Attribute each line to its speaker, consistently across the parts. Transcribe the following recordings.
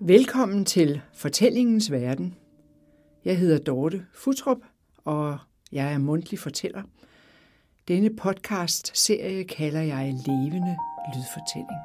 Speaker 1: Velkommen til Fortællingens Verden. Jeg hedder Dorte Futtrup, og jeg er mundtlig fortæller. Denne podcast-serie kalder jeg Levende Lydfortælling.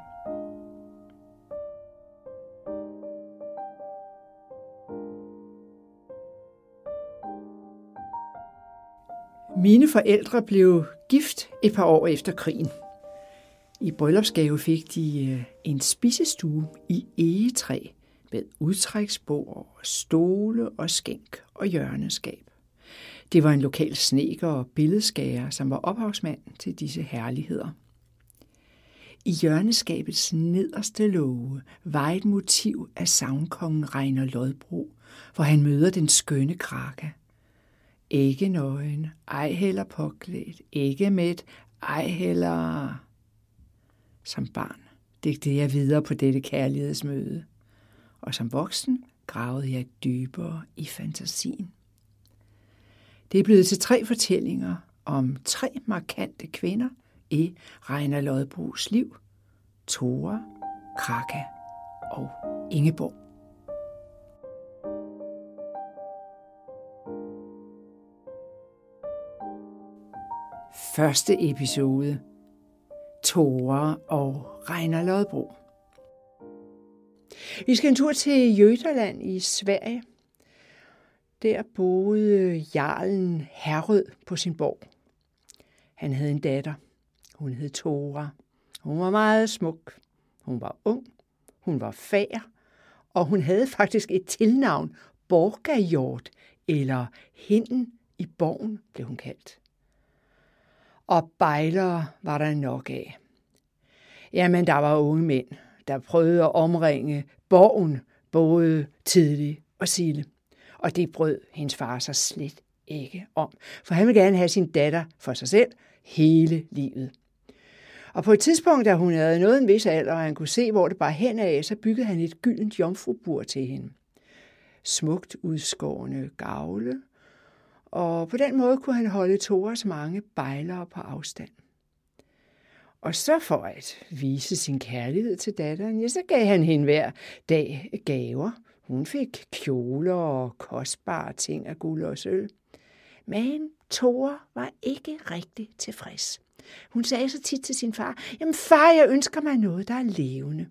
Speaker 1: Mine forældre blev gift et par år efter krigen. I bryllupsgave fik de en spisestue i egetræ med udtræksbord, stole og skænk og hjørneskab. Det var en lokal snedker og billedskærer, som var ophavsmand til disse herligheder. I hjørneskabets nederste låge var et motiv af sagnkongen Regner Lodbrog, hvor han møder den skønne Kraka. Ikke nøgen, ej heller påklædt, ikke mæt, ej heller... Som barn digtede jeg videre på dette kærlighedsmøde, og som voksen gravede jeg dybere i fantasien. Det er blevet til 3 fortællinger om 3 markante kvinder i Regner Lodbrogs liv: Thora, Kraka og Ingeborg. Første episode: Thora og Regner Lodbrog. Vi skal en tur til Götaland i Sverige. Der boede jarlen Herrød på sin borg. Han havde en datter. Hun hed Thora. Hun var meget smuk. Hun var ung. Hun var fair. Og hun havde faktisk et tilnavn, Borgajord, eller Hinden i borgen, blev hun kaldt. Og bejlere var der nok af. Jamen, der var unge mænd, der prøvede at omringe borgen, både Tidlig og Sille. Og det brød hendes far sig slet ikke om, for han ville gerne have sin datter for sig selv hele livet. Og på et tidspunkt, da hun havde nået en vis alder, og han kunne se, hvor det bar henad, så byggede han et gyldent jomfrubur til hende. Smukt udskårne gavle, og på den måde kunne han holde Thoras mange bejlere på afstand. Og så for at vise sin kærlighed til datteren, ja, så gav han hende hver dag gaver. Hun fik kjoler og kostbare ting af guld og sølv. Men Thora var ikke rigtig tilfreds. Hun sagde så tit til sin far: "Jamen far, jeg ønsker mig noget, der er levende."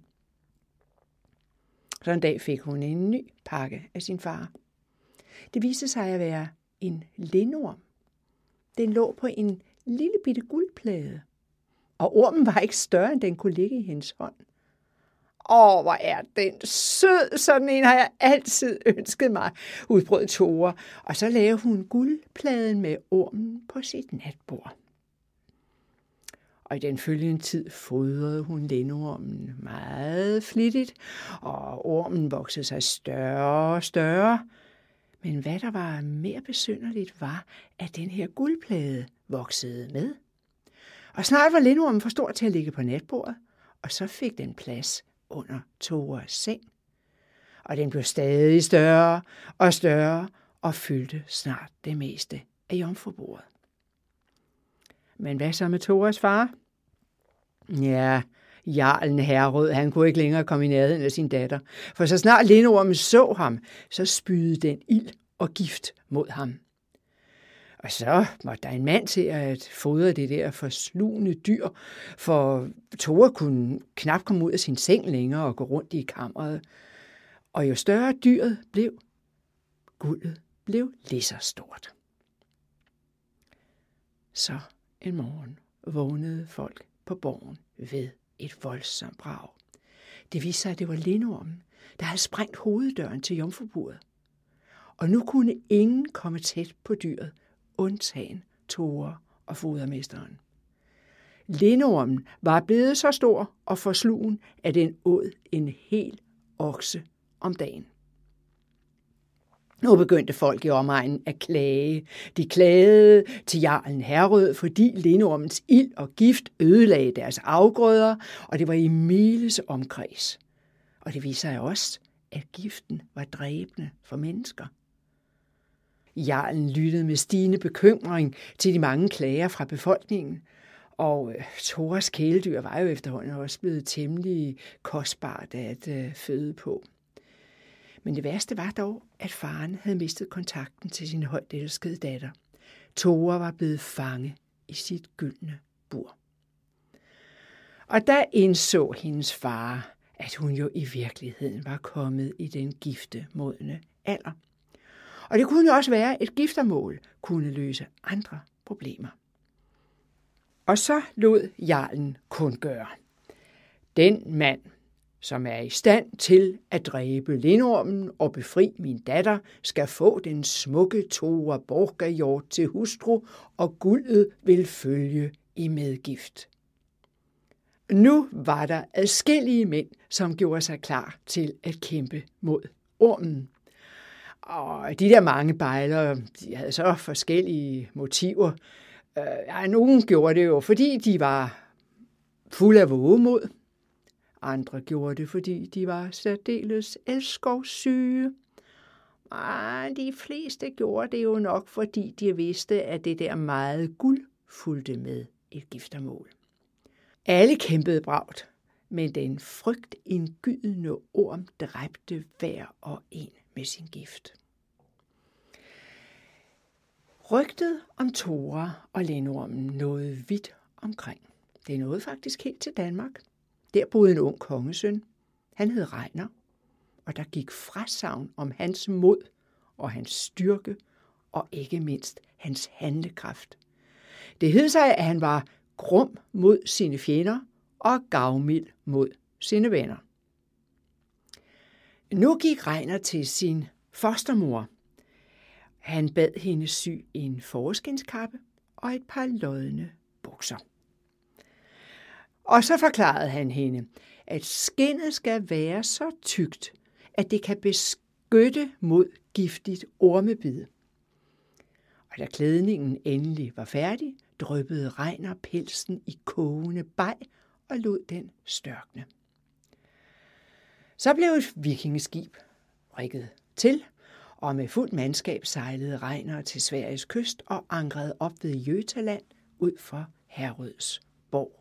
Speaker 1: Så en dag fik hun en ny pakke af sin far. Det viste sig at være en lindorm. Den lå på en lille bitte guldplade, og ormen var ikke større, end den kunne ligge i hendes hånd. Åh, hvor er den sød, sådan en har jeg altid ønsket mig, udbrød Thora, og så lavede hun guldpladen med ormen på sit natbord. Og i den følgende tid fodrede hun lindormen meget flittigt, og ormen voksede sig større og større. Men hvad der var mere besynderligt var, at den her guldplade voksede med. Og snart var lindormen for stor til at ligge på natbordet, og så fik den plads under Thoras seng. Og den blev stadig større og større og fyldte snart det meste af jomfrubordet. Men hvad så med Thoras far? Ja, jarlen Herrød, han kunne ikke længere komme i nærheden af sin datter, for så snart lindormen så ham, så spydede den ild og gift mod ham. Og så måtte der en mand til at fodre det der forslugende dyr, for Thora kunne knap komme ud af sin seng længere og gå rundt i kammeret. Og jo større dyret blev, guldet blev lige så stort. Så en morgen vågnede folk på borgen ved et voldsomt brag. Det viste sig, at det var lindormen, der havde sprængt hoveddøren til jomfruburet. Og nu kunne ingen komme tæt på dyret, undtagen Thora og fodermesteren. Lindormen var blevet så stor og forslugen, at den åd en hel okse om dagen. Nu begyndte folk i omegnen at klage. De klagede til jarlen Herrød, fordi lindormens ild og gift ødelagde deres afgrøder, og det var i miles omkreds. Og det viser sig også, at giften var dræbende for mennesker. Jarlen lyttede med stigende bekymring til de mange klager fra befolkningen, og Thoras kæledyr var jo efterhånden også blevet temmelig kostbart at føde på. Men det værste var dog, at faren havde mistet kontakten til sin højt elskede datter. Thora var blevet fange i sit gyldne bur. Og der indså hendes far, at hun jo i virkeligheden var kommet i den giftemodne alder. Og det kunne jo også være, at et giftermål kunne løse andre problemer. Og så lod jarlen kun gøre. Den mand, som er i stand til at dræbe lindormen og befri min datter, skal få den smukke Thora Borgarjord til hustru, og guldet vil følge i medgift. Nu var der adskillige mænd, som gjorde sig klar til at kæmpe mod ormen. Og de der mange bejlere, de havde så forskellige motiver. Nogle gjorde det jo, fordi de var fulde af vågemod. Andre gjorde det, fordi de var særdeles elskovssyge. De fleste gjorde det jo nok, fordi de vidste, at det der meget guld fulgte med et giftermål. Alle kæmpede bravt, men den frygtindgydende orm dræbte hver og en med sin gift. Rygtet om Thora og lindormen nåede vidt omkring. Det nåede faktisk helt til Danmark. Der boede en ung kongesøn. Han hed Regnar, og der gik frasagn om hans mod og hans styrke, og ikke mindst hans handlekraft. Det hed sig, at han var grum mod sine fjender og gavmild mod sine venner. Nu gik Regnar til sin fostermor. Han bad hende sy en fåreskindskappe og et par lodne bukser. Og så forklarede han hende, at skindet skal være så tykt, at det kan beskytte mod giftigt ormebid. Og da klædningen endelig var færdig, dryppede Regnar pelsen i kogende beg og lod den størkne. Så blev et vikingeskib rigget til, og med fuldt mandskab sejlede Regnar til Sveriges kyst og ankrede op ved Götaland ud for Herrøds borg.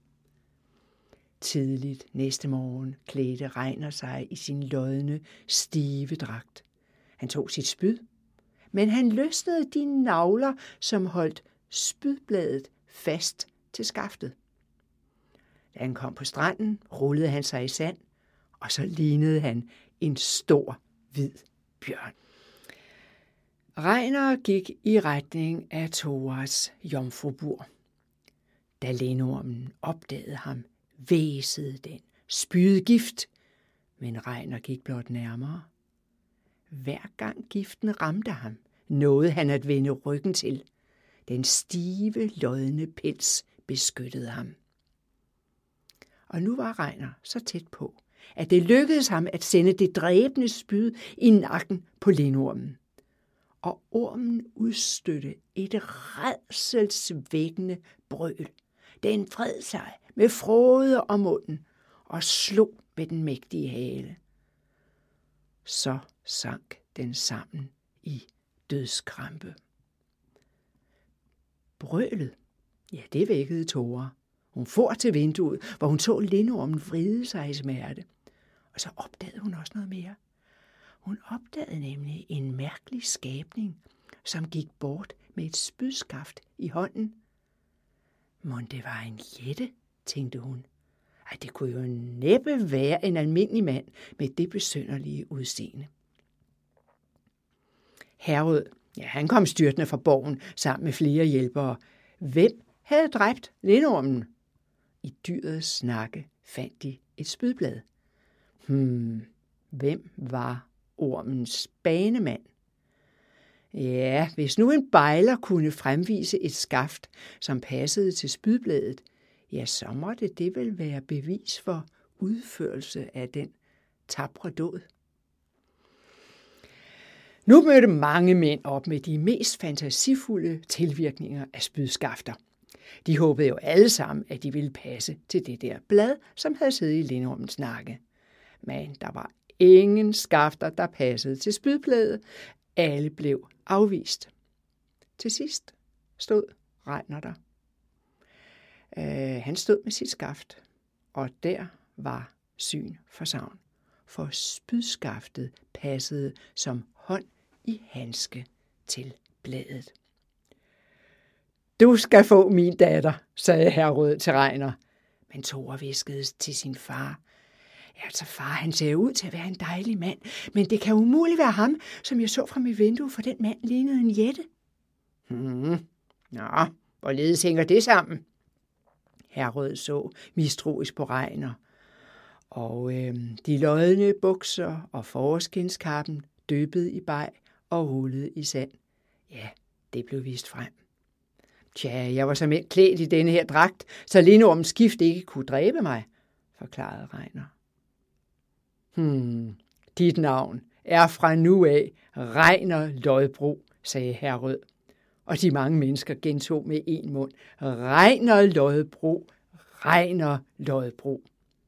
Speaker 1: Tidligt næste morgen klædte Regnar sig i sin lodne, stive dragt. Han tog sit spyd, men han løsnede de nagler, som holdt spydbladet fast til skaftet. Da han kom på stranden, rullede han sig i sand, og så lignede han en stor, hvid bjørn. Regnar gik i retning af Thoras jomfrubur. Da lindormen opdagede ham, væsede den spydgift, men Regnar gik blot nærmere. Hver gang giften ramte ham, nåede han at vende ryggen til. Den stive, lodne pels beskyttede ham. Og nu var Regnar så tæt på, at det lykkedes ham at sende det dræbende spyd i nakken på lindormen. Og ormen udstødte et rædselsvækkende brøl. Den vred sig med fråde om munden og slog med den mægtige hale. Så sank den sammen i dødskrampe. Brølet, ja, det vækkede Thora. Hun for til vinduet, hvor hun så lindormen vride sig i smerte. Og så opdagede hun også noget mere. Hun opdagede nemlig en mærkelig skabning, som gik bort med et spydskaft i hånden. Mon det var en jætte, tænkte hun. Det kunne jo næppe være en almindelig mand med det besynderlige udseende. Herrød, ja, han kom styrtende fra borgen sammen med flere hjælpere. Hvem havde dræbt lindormen? I dyrets nakke fandt de et spydblad. Hvem var ormens banemand? Ja, hvis nu en bejler kunne fremvise et skaft, som passede til spydbladet, ja, så måtte det vel være bevis for udførelse af den tapre dåd. Nu mødte mange mænd op med de mest fantasifulde tilvirkninger af spydskafter. De håbede jo alle sammen, at de ville passe til det der blad, som havde siddet i lindormens nakke. Men der var ingen skafter, der passede til spydbladet. Alle blev afvist. Til sidst stod Regnar der. Han stod med sit skaft, og der var syn for savn. For spydskaftet passede som hånd i handske til bladet. Du skal få min datter, sagde herr Rød til Reiner. Men Tore hviskede til sin far. Altså far, han ser ud til at være en dejlig mand, men det kan umuligt være ham, som jeg så fra mit vindue, for den mand lignede en jætte. Nå, hvorledes hænger det sammen? Herr Rød så mistroisk på Reiner, og de lodne bukser og forårskinskappen døbede i beg og rullede i sand. Ja, det blev vist frem. Tja, jeg var såmænd klædt i denne her dragt, så lindormens skift ikke kunne dræbe mig, forklarede Reiner. Dit navn er fra nu af Reiner Lodbro, sagde herr Rød, og de mange mennesker gentog med en mund. Reiner Lodbro, Reiner Lodbro.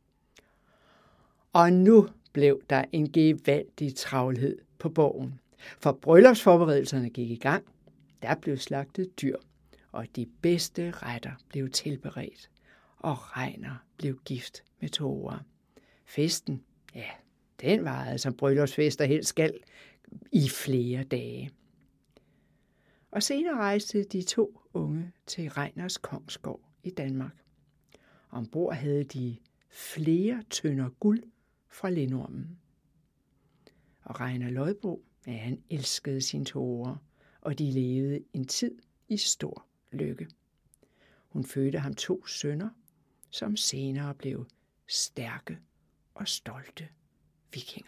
Speaker 1: Og nu blev der en gevaldig travlhed på borgen, for bryllupsforberedelserne gik i gang. Der blev slagtet dyr, og de bedste retter blev tilberedt, og Reiner blev gift med Tore. Festen, ja, den varede som bryllupsfester helst skal i flere dage. Og senere rejste de 2 unge til Reiners kongsgård i Danmark. Ombord havde de flere tønder guld fra lindormen. Og Reiner Lodbro, ja, han elskede sin Tore, og de levede en tid i stor lykke. Hun fødte ham 2 sønner, som senere blev stærke og stolte vikinger.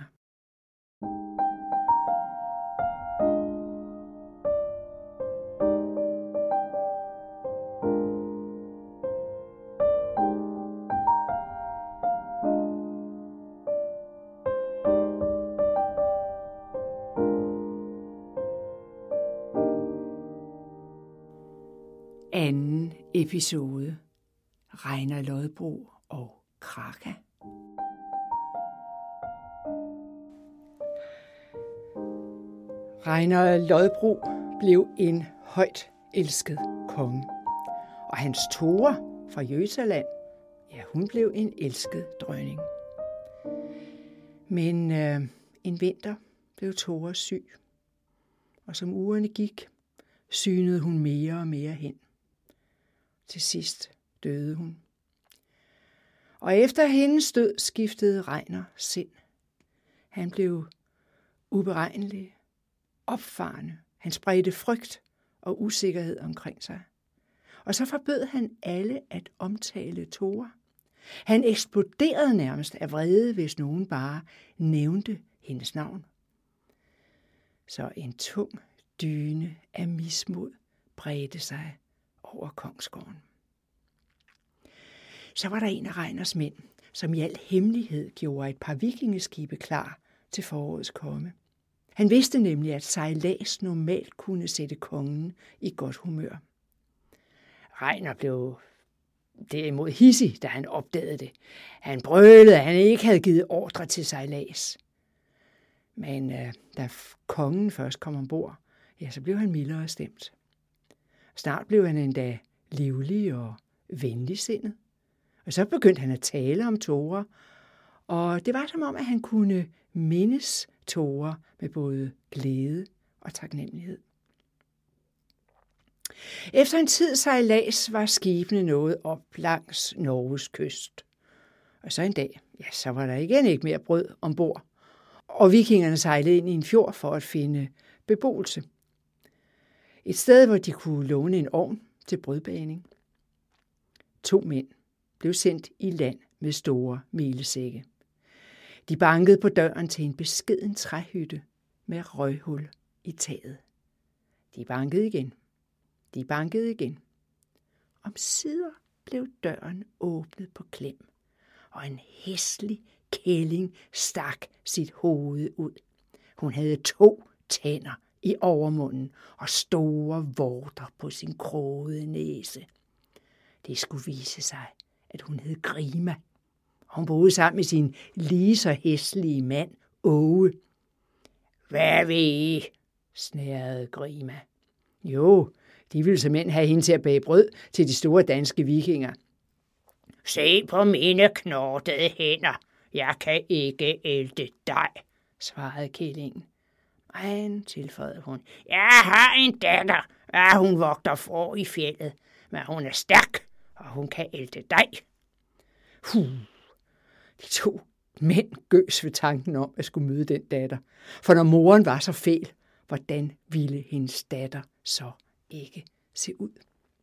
Speaker 1: Anden episode. Reiner Lodbro og Kraka. Reiner Lodbro blev en højt elsket konge, og hans Tore fra Jøtaland, ja, hun blev en elsket dronning. Men en vinter blev Tore syg, og som ugerne gik, synede hun mere og mere hen. Til sidst døde hun. Og efter hendes død skiftede Reiner sind. Han blev uberegnelig, opfarende. Han spredte frygt og usikkerhed omkring sig. Og så forbød han alle at omtale Tore. Han eksploderede nærmest af vrede, hvis nogen bare nævnte hendes navn. Så en tung dyne af mismod bredte sig over kongsgården. Så var der en af Reiners mænd, som i al hemmelighed gjorde et par vikingeskibe klar til forårets komme. Han vidste nemlig, at sejlads normalt kunne sætte kongen i godt humør. Reiner blev derimod hidsig, da han opdagede det. Han brølede, at han ikke havde givet ordre til sejlads. Men da kongen først kom ombord, ja, så blev han mildere stemt. Snart blev han endda livlig og venligsindet. Og så begyndte han at tale om Tore, og det var som om, at han kunne mindes Tore med både glæde og taknemmelighed. Efter en tid sejlads var skibene nået op langs Norges kyst. Og så en dag, ja, så var der igen ikke mere brød ombord, og vikingerne sejlede ind i en fjord for at finde beboelse. Et sted, hvor de kunne låne en ovn til brødbagning. 2 mænd blev sendt i land med store melesække. De bankede på døren til en beskeden træhytte med røghul i taget. De bankede igen. De bankede igen. Omsider blev døren åbnet på klem, og en hæslig kælling stak sit hoved ud. Hun havde 2 tænder i overmunden og store vorter på sin krogede næse. Det skulle vise sig, at hun hed Grima, og hun boede sammen med sin lige så hæslige mand, Åge. Hvad vil I? Snærede Grima. Jo, de ville simpelthen have hende til at bage brød til de store danske vikinger. Se på mine knortede hænder. Jeg kan ikke ælte dig, svarede kællingen. Men, tilføjede hun, jeg har en datter. Ja, hun vogter får i fjeldet, men hun er stærk, og hun kan ælte dej. De 2 mænd gøs ved tanken om at skulle møde den datter. For når moren var så fæl, hvordan ville hendes datter så ikke se ud?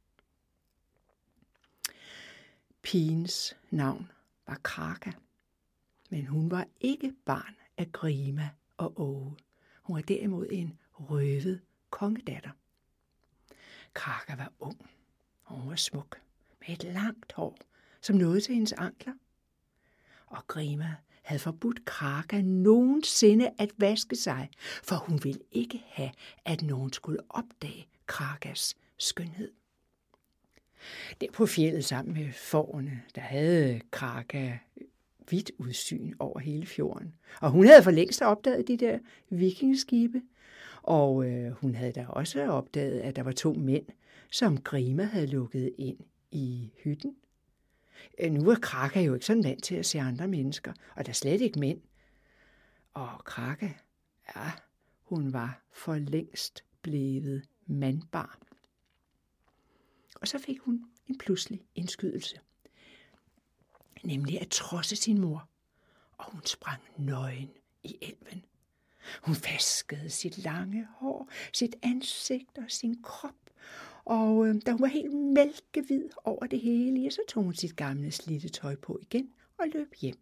Speaker 1: Pigens navn var Kraka, men hun var ikke barn af Grima og Åge. Hun var derimod en røvet kongedatter. Kraka var ung, og hun var smuk, med et langt hår, som nåede til hendes ankler. Og Grima havde forbudt Kraka nogensinde at vaske sig, for hun ville ikke have, at nogen skulle opdage Krakas skønhed. Der på fjeldet sammen med fårene, der havde Kraka vidt udsyn over hele fjorden. Og hun havde for længst opdaget de der vikingeskibe, og hun havde da også opdaget, at der var 2 mænd, som Grima havde lukket ind i hytten. Nu er Kraka jo ikke sådan vant til at se andre mennesker, og der er slet ikke mænd. Og Kraka, ja, hun var for længst blevet mandbar. Og så fik hun en pludselig indskydelse, nemlig at trodse sin mor, og hun sprang nøgen i elven. Hun vaskede sit lange hår, sit ansigt og sin krop, og da hun var helt mælkehvid over det hele, så tog hun sit gamle slidte tøj på igen og løb hjem.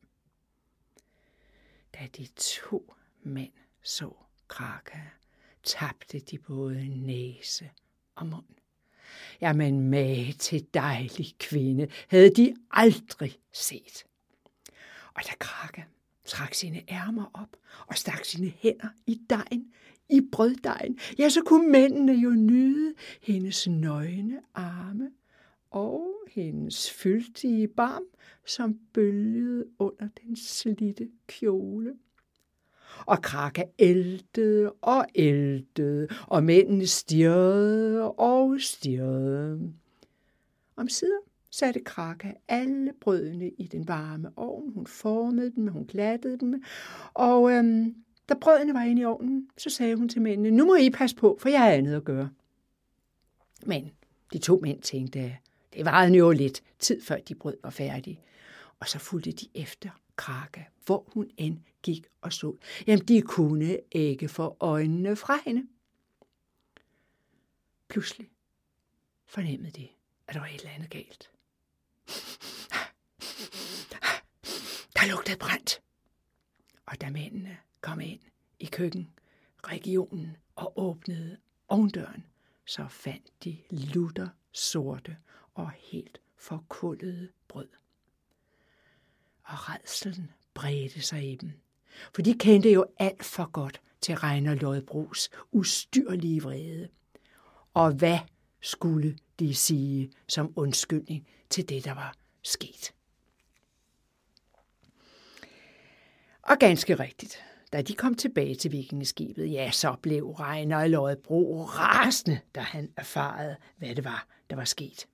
Speaker 1: Da de 2 mænd så Kraka, tabte de både næse og mund. Jamen, mage til dejlig kvinde havde de aldrig set. Og da Kraka trak sine ærmer op og stak sine hænder i dejen, i brøddejen, ja, så kunne mændene jo nyde hendes nøgne arme og hendes fyldige barm, som bølgede under den slidte kjole. Og Kraka æltede, og mændene stirrede og stirrede. Omsider satte Kraka alle brødene i den varme ovn. Hun formede dem, hun glattede dem, og da brødene var inde i ovnen, så sagde hun til mændene, nu må I passe på, for jeg har andet at gøre. Men de 2 mænd tænkte, at det varede jo lidt tid, før de brød var færdige. Og så fulgte de efter Kraka, hvor hun end gik og stod. Jamen, de kunne ikke få øjnene fra hende. Pludselig fornemmede de, at der var et eller andet galt. Der lugtede brændt. Og da mændene kom ind i køkkenregionen og åbnede ovndøren, så fandt de lutter sorte og helt forkullede brød. Og rædslen bredte sig i dem, for de kendte jo alt for godt til Regner Lodbros ustyrlige vrede. Og hvad skulle de sige som undskyldning til det, der var sket? Og ganske rigtigt, da de kom tilbage til vikingeskibet, ja, så blev Regner Lodbro rasende, da han erfarede, hvad det var, der var sket.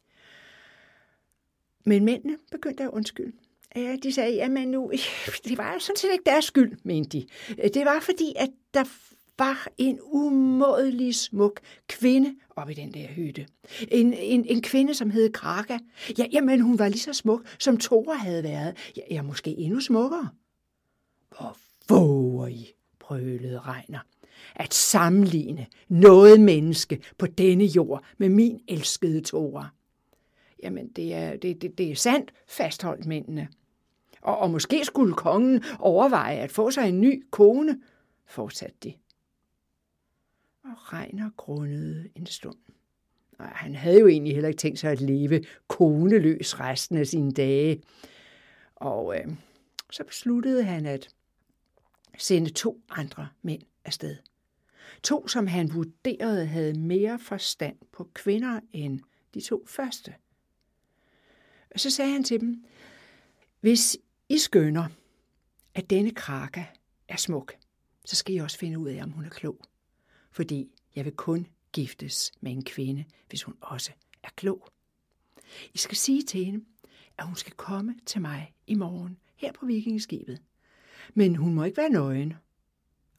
Speaker 1: Men mændene begyndte at undskylde. Ja, de sagde, jamen nu, det var sådan set ikke deres skyld, mente de. Det var fordi, at der var en umådelig smuk kvinde oppe i den der hytte. En kvinde, som hed Kraka. Ja, jamen, hun var lige så smuk, som Thora havde været. Ja, måske endnu smukkere. Hvor våger I, brølede Regner, at sammenligne noget menneske på denne jord med min elskede Thora. Jamen, det er sandt, fastholdt mændene. Og måske skulle kongen overveje at få sig en ny kone, fortsatte de. Og Regner grundede en stund. Og han havde jo egentlig heller ikke tænkt sig at leve koneløs resten af sine dage. Og så besluttede han at sende 2 andre mænd afsted. 2, som han vurderede havde mere forstand på kvinder end de 2 første. Og så sagde han til dem, hvis I skønner, at denne Kraka er smuk, så skal I også finde ud af, om hun er klog. Fordi jeg vil kun giftes med en kvinde, hvis hun også er klog. I skal sige til hende, at hun skal komme til mig i morgen her på vikingeskibet. Men hun må ikke være nøgen,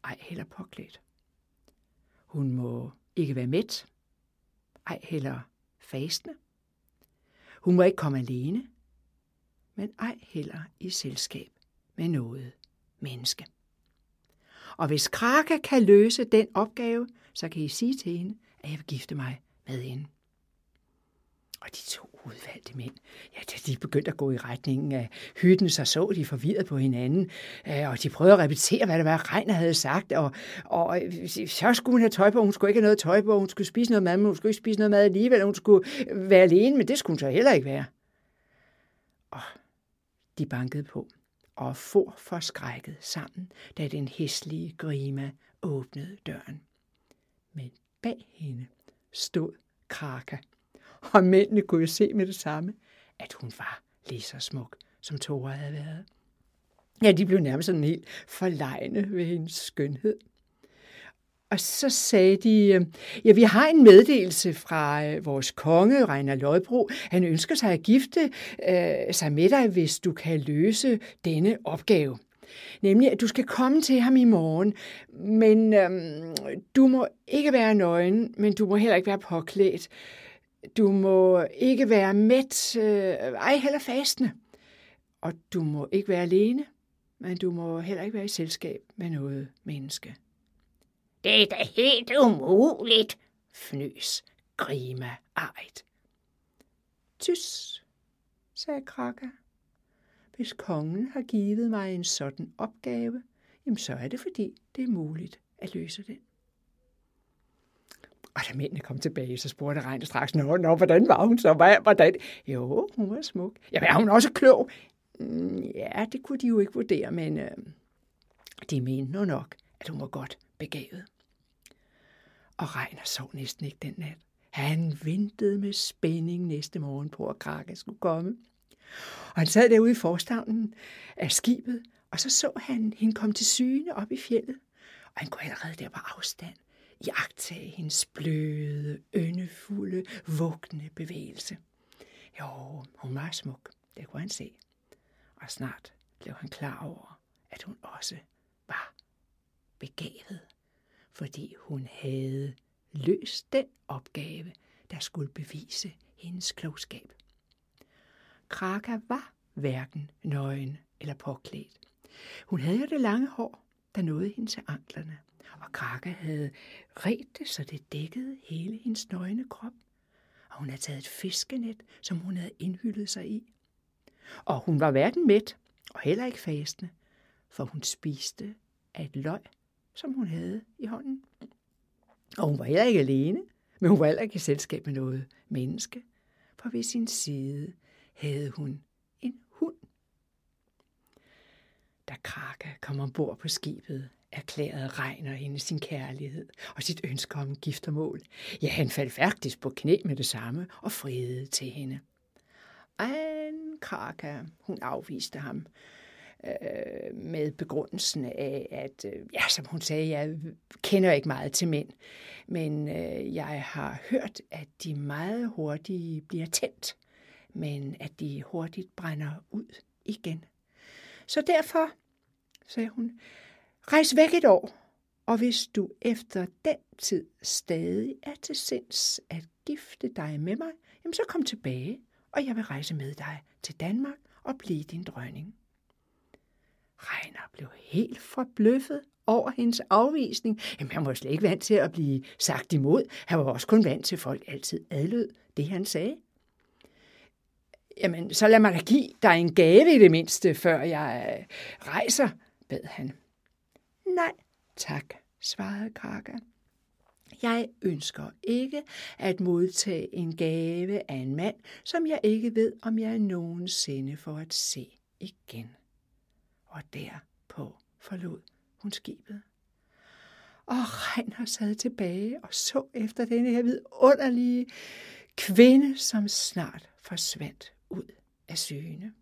Speaker 1: ej heller påklædt. Hun må ikke være mæt, ej heller fastende. Hun må ikke komme alene, men ej heller i selskab med noget menneske. Og hvis Kraka kan løse den opgave, så kan I sige til hende, at jeg vil gifte mig med hende. Og de 2 udvalgte mænd, ja, da de begyndte at gå i retningen af hytten, så de forvirret på hinanden, og de prøvede at repetere, hvad det var, Regner havde sagt, og så skulle hun have tøj på, hun skulle ikke have noget tøj på, hun skulle spise noget mad, men hun skulle ikke spise noget mad alligevel, hun skulle være alene, men det skulle hun så heller ikke være. Og de bankede på og for forskrækket sammen, da den hæslige Grima åbnede døren. Men bag hende stod Kraka, og mændene kunne jo se med det samme, at hun var lige så smuk, som Thora havde været. Ja, de blev nærmest sådan helt forlegne ved hendes skønhed. Og så sagde de, ja, vi har en meddelelse fra vores konge, Regner Lodbrog. Han ønsker sig at gifte sig med dig, hvis du kan løse denne opgave. Nemlig, at du skal komme til ham i morgen, men du må ikke være nøgen, men du må heller ikke være påklædt. Du må ikke være mæt, ej heller fastende. Og du må ikke være alene, men du må heller ikke være i selskab med noget menneske.
Speaker 2: Det er da helt umuligt,
Speaker 1: fnøs Grima argt. Tys, sagde Kraka. Hvis kongen har givet mig en sådan opgave, jamen så er det fordi, det er muligt at løse den. Og da mændene kom tilbage, så spurgte Regner straks, hvordan var hun så? Hvordan? Jo, hun var smuk. Ja, var hun også klog? Ja, det kunne de jo ikke vurdere, men de mente nu nok, at hun var godt begavet. Og Regner sov næsten ikke den nat. Han ventede med spænding næste morgen på, at Kraka skulle komme. Og han sad derude i forstavnen af skibet, og så han hende komme til syne op i fjeldet. Og han kunne allerede der på afstand iagttage hendes bløde, yndefulde, vuggende bevægelse. Jo, hun var smuk, det kunne han se. Og snart blev han klar over, at hun også var begavet, fordi hun havde løst den opgave, der skulle bevise hendes klogskab. Kraka var hverken nøgen eller påklædt. Hun havde jo det lange hår, der nåede hende til anklerne, og Kraka havde redt det, så det dækkede hele hendes nøgne krop, og hun havde taget et fiskenet, som hun havde indhyllet sig i. Og hun var hverken mæt og heller ikke fastende, for hun spiste af et løg, som hun havde i hånden. Og hun var heller ikke alene, men hun var heller ikke i selskab med noget menneske, for ved sin side havde hun en hund. Da Kraka kom ombord på skibet, erklærede Regner hende sin kærlighed og sit ønske om giftermål. Ja, han faldt faktisk på knæ med det samme og friede til hende. Men Kraka, hun afviste ham med begrundelsen af, at, ja, som hun sagde, jeg kender ikke meget til mænd, men jeg har hørt, at de meget hurtigt bliver tændt, men at de hurtigt brænder ud igen. Så derfor, sagde hun, rejs væk et år, og hvis du efter den tid stadig er til sinds at gifte dig med mig, jamen så kom tilbage, og jeg vil rejse med dig til Danmark og blive din dronning. Regner blev helt forbløffet over hendes afvisning. Jamen, han var slet ikke vant til at blive sagt imod. Han var også kun vant til, at folk altid adlød det, han sagde. Jamen, så lad mig da give dig en gave i det mindste, før jeg rejser, bad han. Nej, tak, svarede Kraka. Jeg ønsker ikke at modtage en gave af en mand, som jeg ikke ved, om jeg nogensinde får at se igen. Og derpå forlod hun skibet. Og Regner sad tilbage og så efter denne her vidunderlige kvinde, som snart forsvandt ud af syne.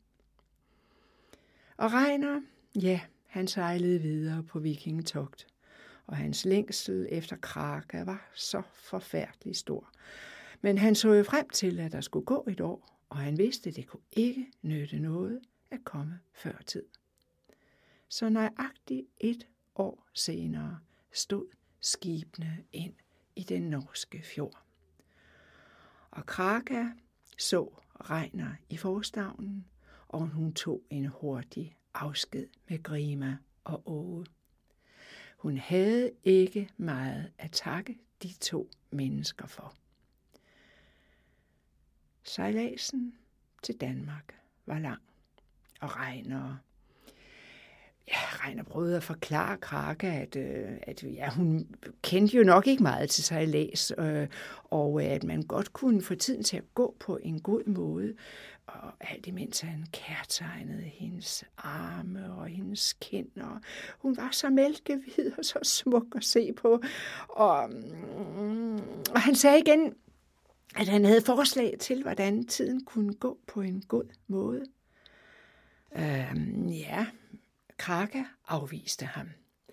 Speaker 1: Og Regner, ja, han sejlede videre på vikingetogt, og hans længsel efter Kraka var så forfærdelig stor. Men han så jo frem til, at der skulle gå et år, og han vidste, at det kunne ikke nytte noget at komme før tid. Så nøjagtigt et år senere stod skibene ind i den norske fjord. Og Kraka så Regnar i forstavnen, og hun tog en hurtig afsked med Grima og Åge. Hun havde ikke meget at takke de to mennesker for. Sejladsen til Danmark var lang, og Regnar prøvede at forklare Kraka, at hun kendte jo nok ikke meget til sejlads, og at man godt kunne få tiden til at gå på en god måde. Og alt imens han kærtegnede hendes arme og hendes kind, og hun var så mælkehvid og så smuk at se på. Og han sagde igen, at han havde forslag til, hvordan tiden kunne gå på en god måde. Kraka afviste ham.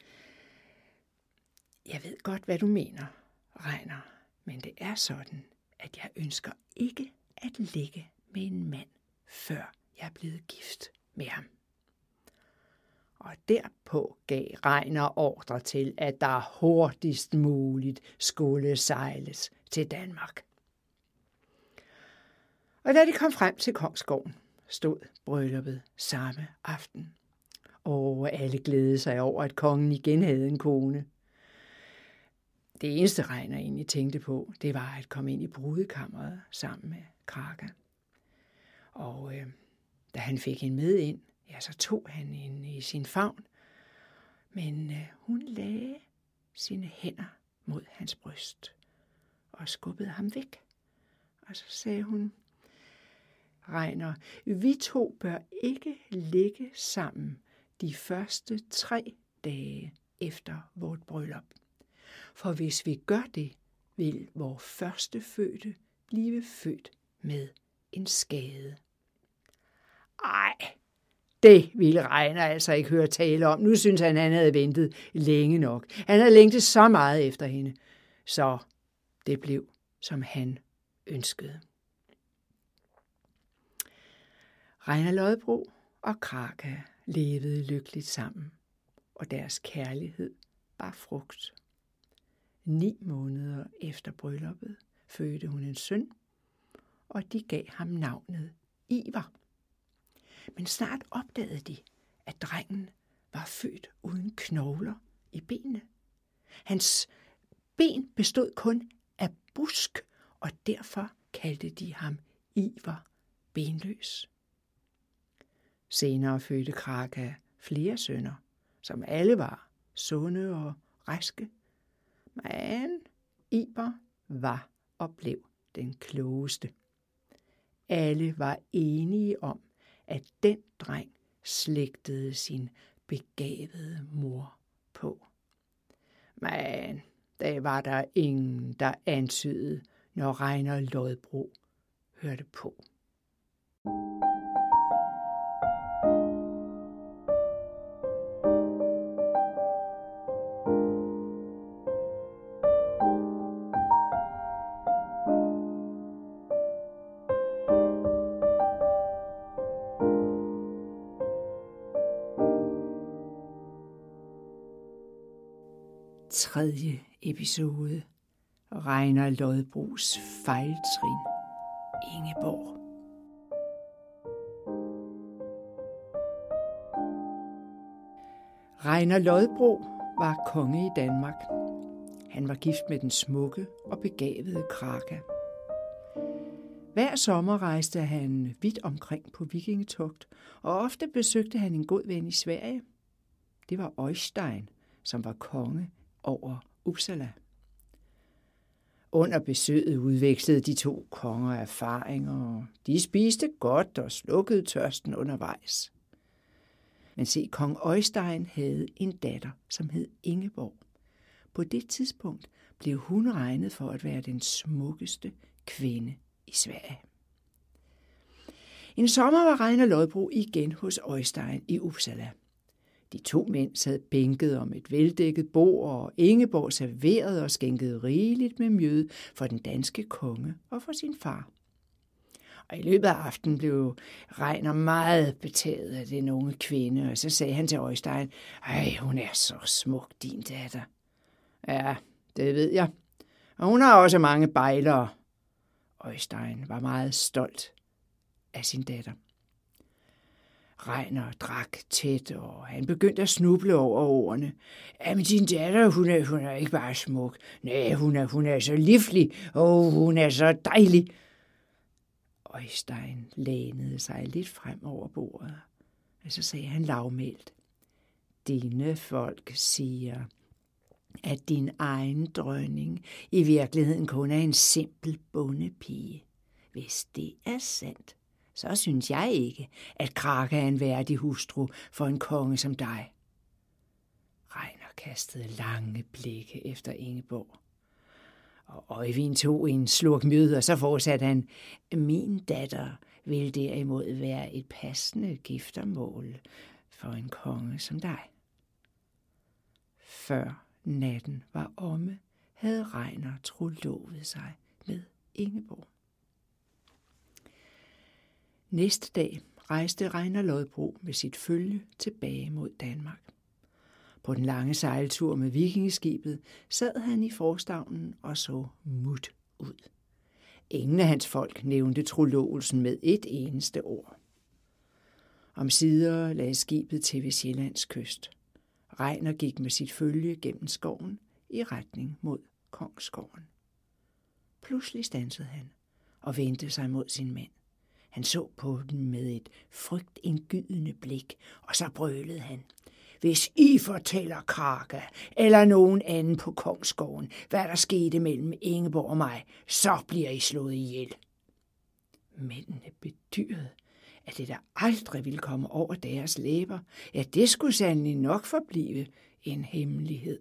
Speaker 1: Jeg ved godt, hvad du mener, Regnar, men det er sådan, at jeg ønsker ikke at ligge med en mand, før jeg er blevet gift med ham. Og derpå gav Regnar ordre til, at der hurtigst muligt skulle sejles til Danmark. Og da de kom frem til Kongsgården, stod brylluppet samme aften. Og alle glædede sig over, at kongen igen havde en kone. Det eneste Regnar egentlig tænkte på, det var at komme ind i brudekammeret sammen med Kraka. Og da han fik hende med ind, så tog han hende i sin favn. Men hun lagde sine hænder mod hans bryst og skubbede ham væk. Og så sagde hun, Regnar, vi to bør ikke ligge sammen de første 3 dage efter vort bryllup. For hvis vi gør det, vil vor førstefødte blive født med en skade. Ej, det ville Regnar altså ikke høre tale om. Nu synes han havde ventet længe nok. Han havde længtet så meget efter hende, så det blev, som han ønskede. Regnar Lodbrog og Kraka levede lykkeligt sammen, og deres kærlighed bar frugt. 9 måneder efter brylluppet fødte hun en søn, og de gav ham navnet Ivar. Men snart opdagede de, at drengen var født uden knogler i benene. Hans ben bestod kun af busk, og derfor kaldte de ham Ivar Benløs. Senere fødte Kraka flere sønner, som alle var sunde og raske. Men Ivar var og blev den klogeste. Alle var enige om, at den dreng slægtede sin begavede mor på. Men der var der ingen, der antydede, når Regnar Lodbrog hørte på. Tredje episode. Regnar Lodbrogs fejltrin. Ingeborg. Regnar Lodbrog var konge i Danmark. Han var gift med den smukke og begavede Kraka. Hver sommer rejste han vidt omkring på vikingetogt, og ofte besøgte han en god ven i Sverige. Det var Øystein, som var konge over Uppsala. Under besøget udvekslede de to konger erfaringer, og de spiste godt og slukkede tørsten undervejs. Men se, kong Øystein havde en datter, som hed Ingeborg. På det tidspunkt blev hun regnet for at være den smukkeste kvinde i Sverige. En sommer var Regnar Lodbrog igen hos Øystein i Uppsala. De to mænd sad bænket om et veldækket bord, og Ingeborg serverede og skænkede rigeligt med mjød for den danske konge og for sin far. Og i løbet af aftenen blev Regner meget betaget af den unge kvinde, og så sagde han til Øystein, ej, hun er så smuk, din datter. Ja, det ved jeg. Og hun har også mange bejlere. Øystein var meget stolt af sin datter. Regner drak tæt, og han begyndte at snuble over ordene. Jamen, din datter, hun er ikke bare smuk. Nej, hun er så livlig, og hun er så dejlig. Øystein lænede sig lidt frem over bordet, og så sagde han lavmælt. Dine folk siger, at din egen dronning i virkeligheden kun er en simpel bondepige. Hvis det er sandt, så synes jeg ikke, at Krake er en værdig hustru for en konge som dig. Regner kastede lange blikke efter Ingeborg. Og Øjvind tog en slurk mjød, og så fortsatte han, min datter vil derimod være et passende giftermål for en konge som dig. Før natten var omme, havde Regner trolovet sig med Ingeborg. Næste dag rejste Regner Lodbrog med sit følge tilbage mod Danmark. På den lange sejltur med vikingeskibet sad han i forstavnen og så mut ud. Ingen af hans folk nævnte trolovelsen med et eneste ord. Omsider lagde skibet til ved Sjællands kyst. Regner gik med sit følge gennem skoven i retning mod Kongsgården. Pludselig standsede han og vendte sig mod sin mænd. Han så på dem med et frygtindgydende blik, og så brølede han. Hvis I fortæller Krake eller nogen anden på Kongsgården, hvad der skete mellem Ingeborg og mig, så bliver I slået ihjel. Mændene bedyrede, at det der aldrig ville komme over deres læber, ja, det skulle sandelig nok forblive en hemmelighed.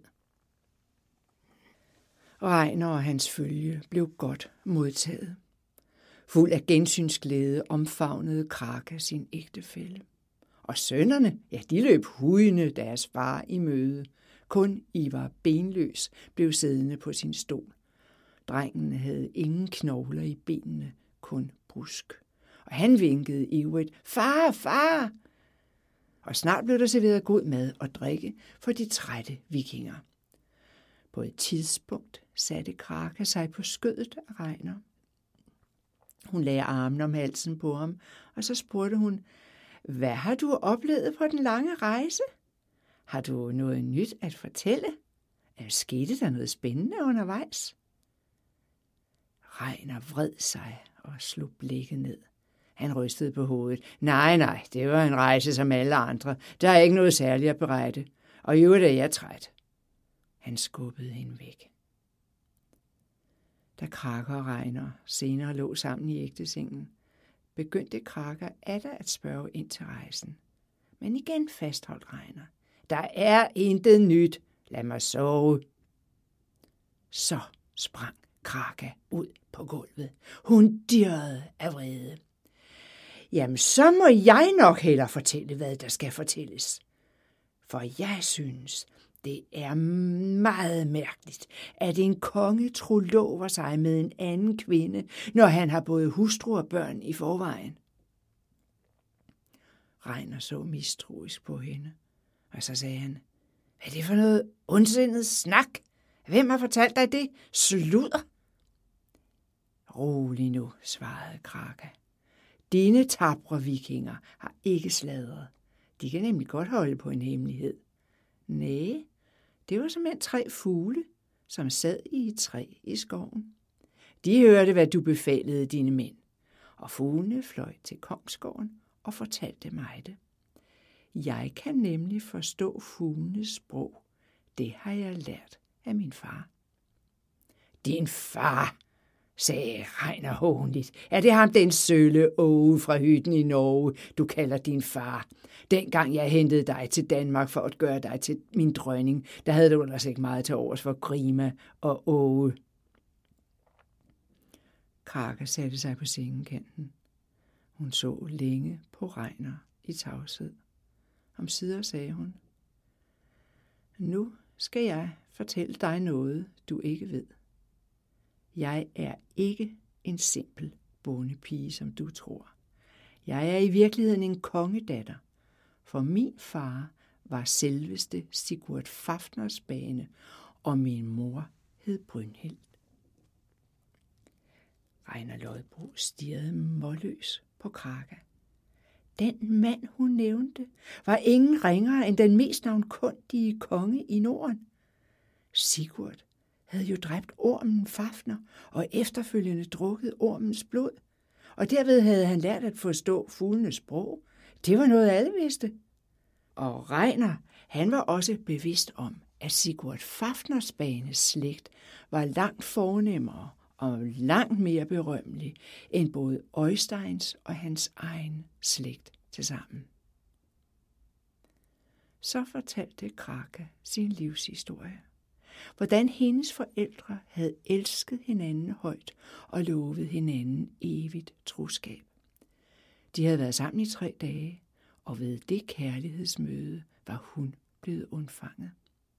Speaker 1: Regner og hans følge blev godt modtaget. Fuld af gensynsglæde omfavnede Krake sin ægtefælle. Og sønnerne, ja, de løb hujende deres far i møde. Kun Ivar Benløs blev siddende på sin stol. Drengen havde ingen knogler i benene, kun brusk. Og han vinkede ivrigt, far, far! Og snart blev der serveret god mad og drikke for de trætte vikinger. På et tidspunkt satte Krake sig på skødet af Regner. Hun lagde armen om halsen på ham, og så spurgte hun, hvad har du oplevet på den lange rejse? Har du noget nyt at fortælle? Skete der noget spændende undervejs? Regner vred sig og slog blikket ned. Han rystede på hovedet. Nej, det var en rejse som alle andre. Der er ikke noget særligt at berette. Og i øvrigt er jeg træt. Han skubbede hende væk. Da Krake og Regner senere lå sammen i ægtesengen, begyndte Krake atter at spørge ind til rejsen. Men igen fastholdt Regner. Der er intet nyt. Lad mig sove. Så sprang Krake ud på gulvet. Hun dirrede af vrede. Jamen, så må jeg nok hellere fortælle, hvad der skal fortælles. For jeg synes, det er meget mærkeligt, at en konge trolover sig med en anden kvinde, når han har både hustru og børn i forvejen. Regner så mistroisk på hende, og så sagde han, hvad er det for noget ondsindet snak? Hvem har fortalt dig det? Sludder! Rolig nu, svarede Krake. Dine tabre vikinger har ikke sladret. De kan nemlig godt holde på en hemmelighed. Næh, det var simpelthen 3 fugle, som sad i et træ i skoven. De hørte, hvad du befalede dine mænd, og fuglene fløj til Kongsgården og fortalte mig det. Jeg kan nemlig forstå fuglenes sprog. Det har jeg lært af min far. Din far, sagde Regner hånligt. Er det ham, den sølle Åge fra hytten i Norge, du kalder din far? Dengang jeg hentede dig til Danmark for at gøre dig til min dronning, der havde du ellers ikke meget til overs for Grima og Åge. Krake satte sig på sengekanten. Hun så længe på Regner i tavshed. Omsider sagde hun, nu skal jeg fortælle dig noget, du ikke ved. Jeg er ikke en simpel bondepige, som du tror. Jeg er i virkeligheden en kongedatter, for min far var selveste Sigurd Fafnersbane, og min mor hed Brynhild. Regner Lodbrog stirrede målløs på Kraka. Den mand, hun nævnte, var ingen ringere end den mest navnkundige konge i Norden. Sigurd havde jo dræbt ormen Fafner og efterfølgende drukket ormens blod, og derved havde han lært at forstå fuglenes sprog. Det var noget, alle vidste. Og Regner, han var også bevidst om, at Sigurd Fafnersbanes slægt var langt fornemmere og langt mere berømmelig end både Øysteins og hans egen slægt tilsammen. Så fortalte Kraka sin livshistorie. Hvordan hendes forældre havde elsket hinanden højt og lovet hinanden evigt troskab. De havde været sammen i 3 dage, og ved det kærlighedsmøde var hun blevet undfanget.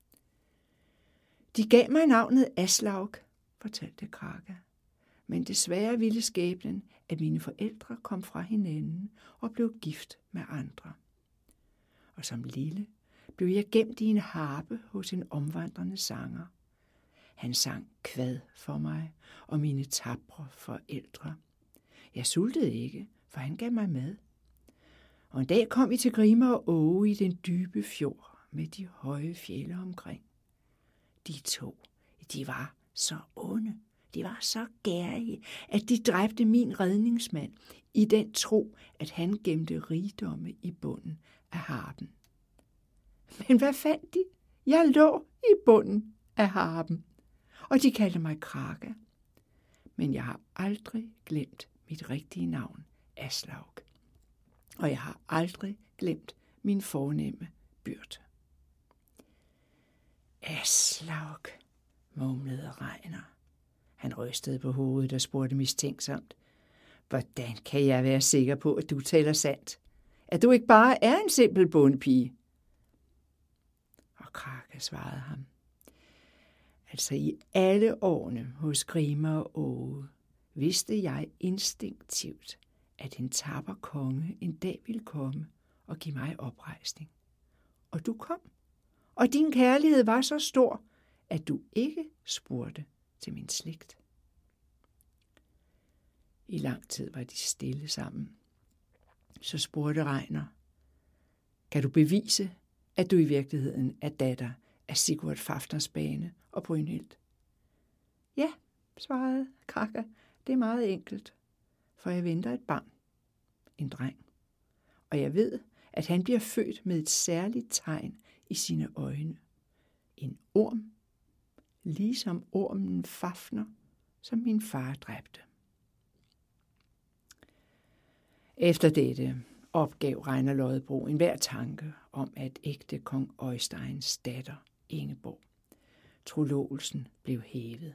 Speaker 1: De gav mig navnet Aslaug, fortalte Kraka, men desværre ville skæbnen, at mine forældre kom fra hinanden og blev gift med andre. Og som lille blev jeg gemt i en harpe hos en omvandrende sanger. Han sang kvad for mig og mine tapre forældre. Jeg sultede ikke, for han gav mig mad. Og en dag kom vi til Grimmer og Åge i den dybe fjord med de høje fjelde omkring. De 2, de var så onde, de var så gærige, at de dræbte min redningsmand i den tro, at han gemte rigdomme i bunden af harpen. Men hvad fandt de? Jeg lå i bunden af harpen, og de kaldte mig Kraka. Men jeg har aldrig glemt mit rigtige navn, Aslaug. Og jeg har aldrig glemt min fornemme byrd. Aslaug, mumlede Regner. Han rystede på hovedet og spurgte mistænksomt. Hvordan kan jeg være sikker på, at du taler sandt? At du ikke bare er en simpel bondepige? Og Kraka svarede ham. Altså i alle årene hos Grimmer og Åge vidste jeg instinktivt, at en tapper konge en dag ville komme og give mig oprejsning. Og du kom, og din kærlighed var så stor, at du ikke spurgte til min slægt. I lang tid var de stille sammen. Så spurgte Regner, kan du bevise, at du i virkeligheden er datter af Sigurd Fafnersbane og Brynhild? Ja, svarede Kraka, det er meget enkelt, for jeg venter et barn, en dreng, og jeg ved, at han bliver født med et særligt tegn i sine øjne. En orm, ligesom ormen Fafner, som min far dræbte. Efter dette opgav Regner Lodbrog enhver tanke om at ægte kong Øysteins datter Ingeborg. Trolovelsen blev hævet.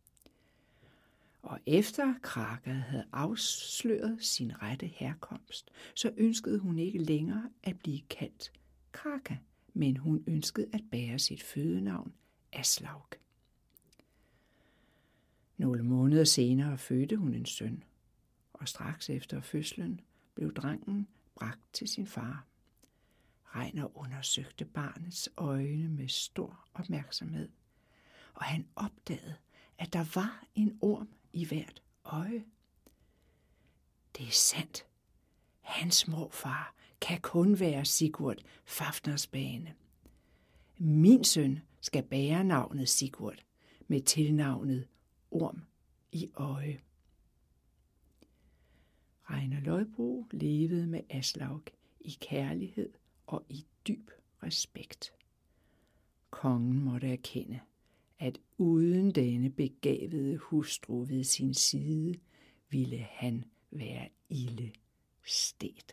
Speaker 1: Og efter Kraka havde afsløret sin rette herkomst, så ønskede hun ikke længere at blive kaldt Kraka, men hun ønskede at bære sit fødenavn Aslaug. Nogle måneder senere fødte hun en søn, og straks efter fødslen blev drengen bragt til sin far. Regner undersøgte barnets øjne med stor opmærksomhed, og han opdagede, at der var en orm i hvert øje. Det er sandt. Hans morfar kan kun være Sigurd Fafnersbane. Min søn skal bære navnet Sigurd med tilnavnet Orm i øje. Regner Lodbrog levede med Aslaug i kærlighed og i dyb respekt. Kongen måtte erkende, at uden denne begavede hustru ved sin side, ville han være ilde stedt.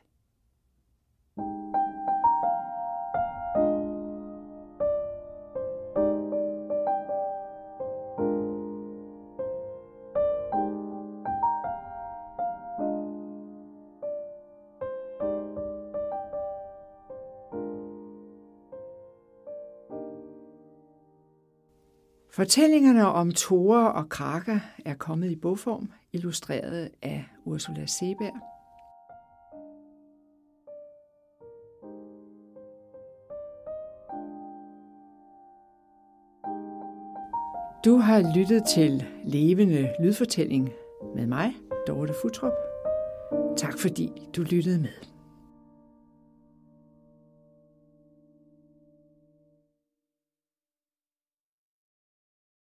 Speaker 1: Fortællingerne om Tore og Kraka er kommet i bogform, illustreret af Ursula Seeberg. Du har lyttet til Levende Lydfortælling med mig, Dorte Futtrup. Tak fordi du lyttede med.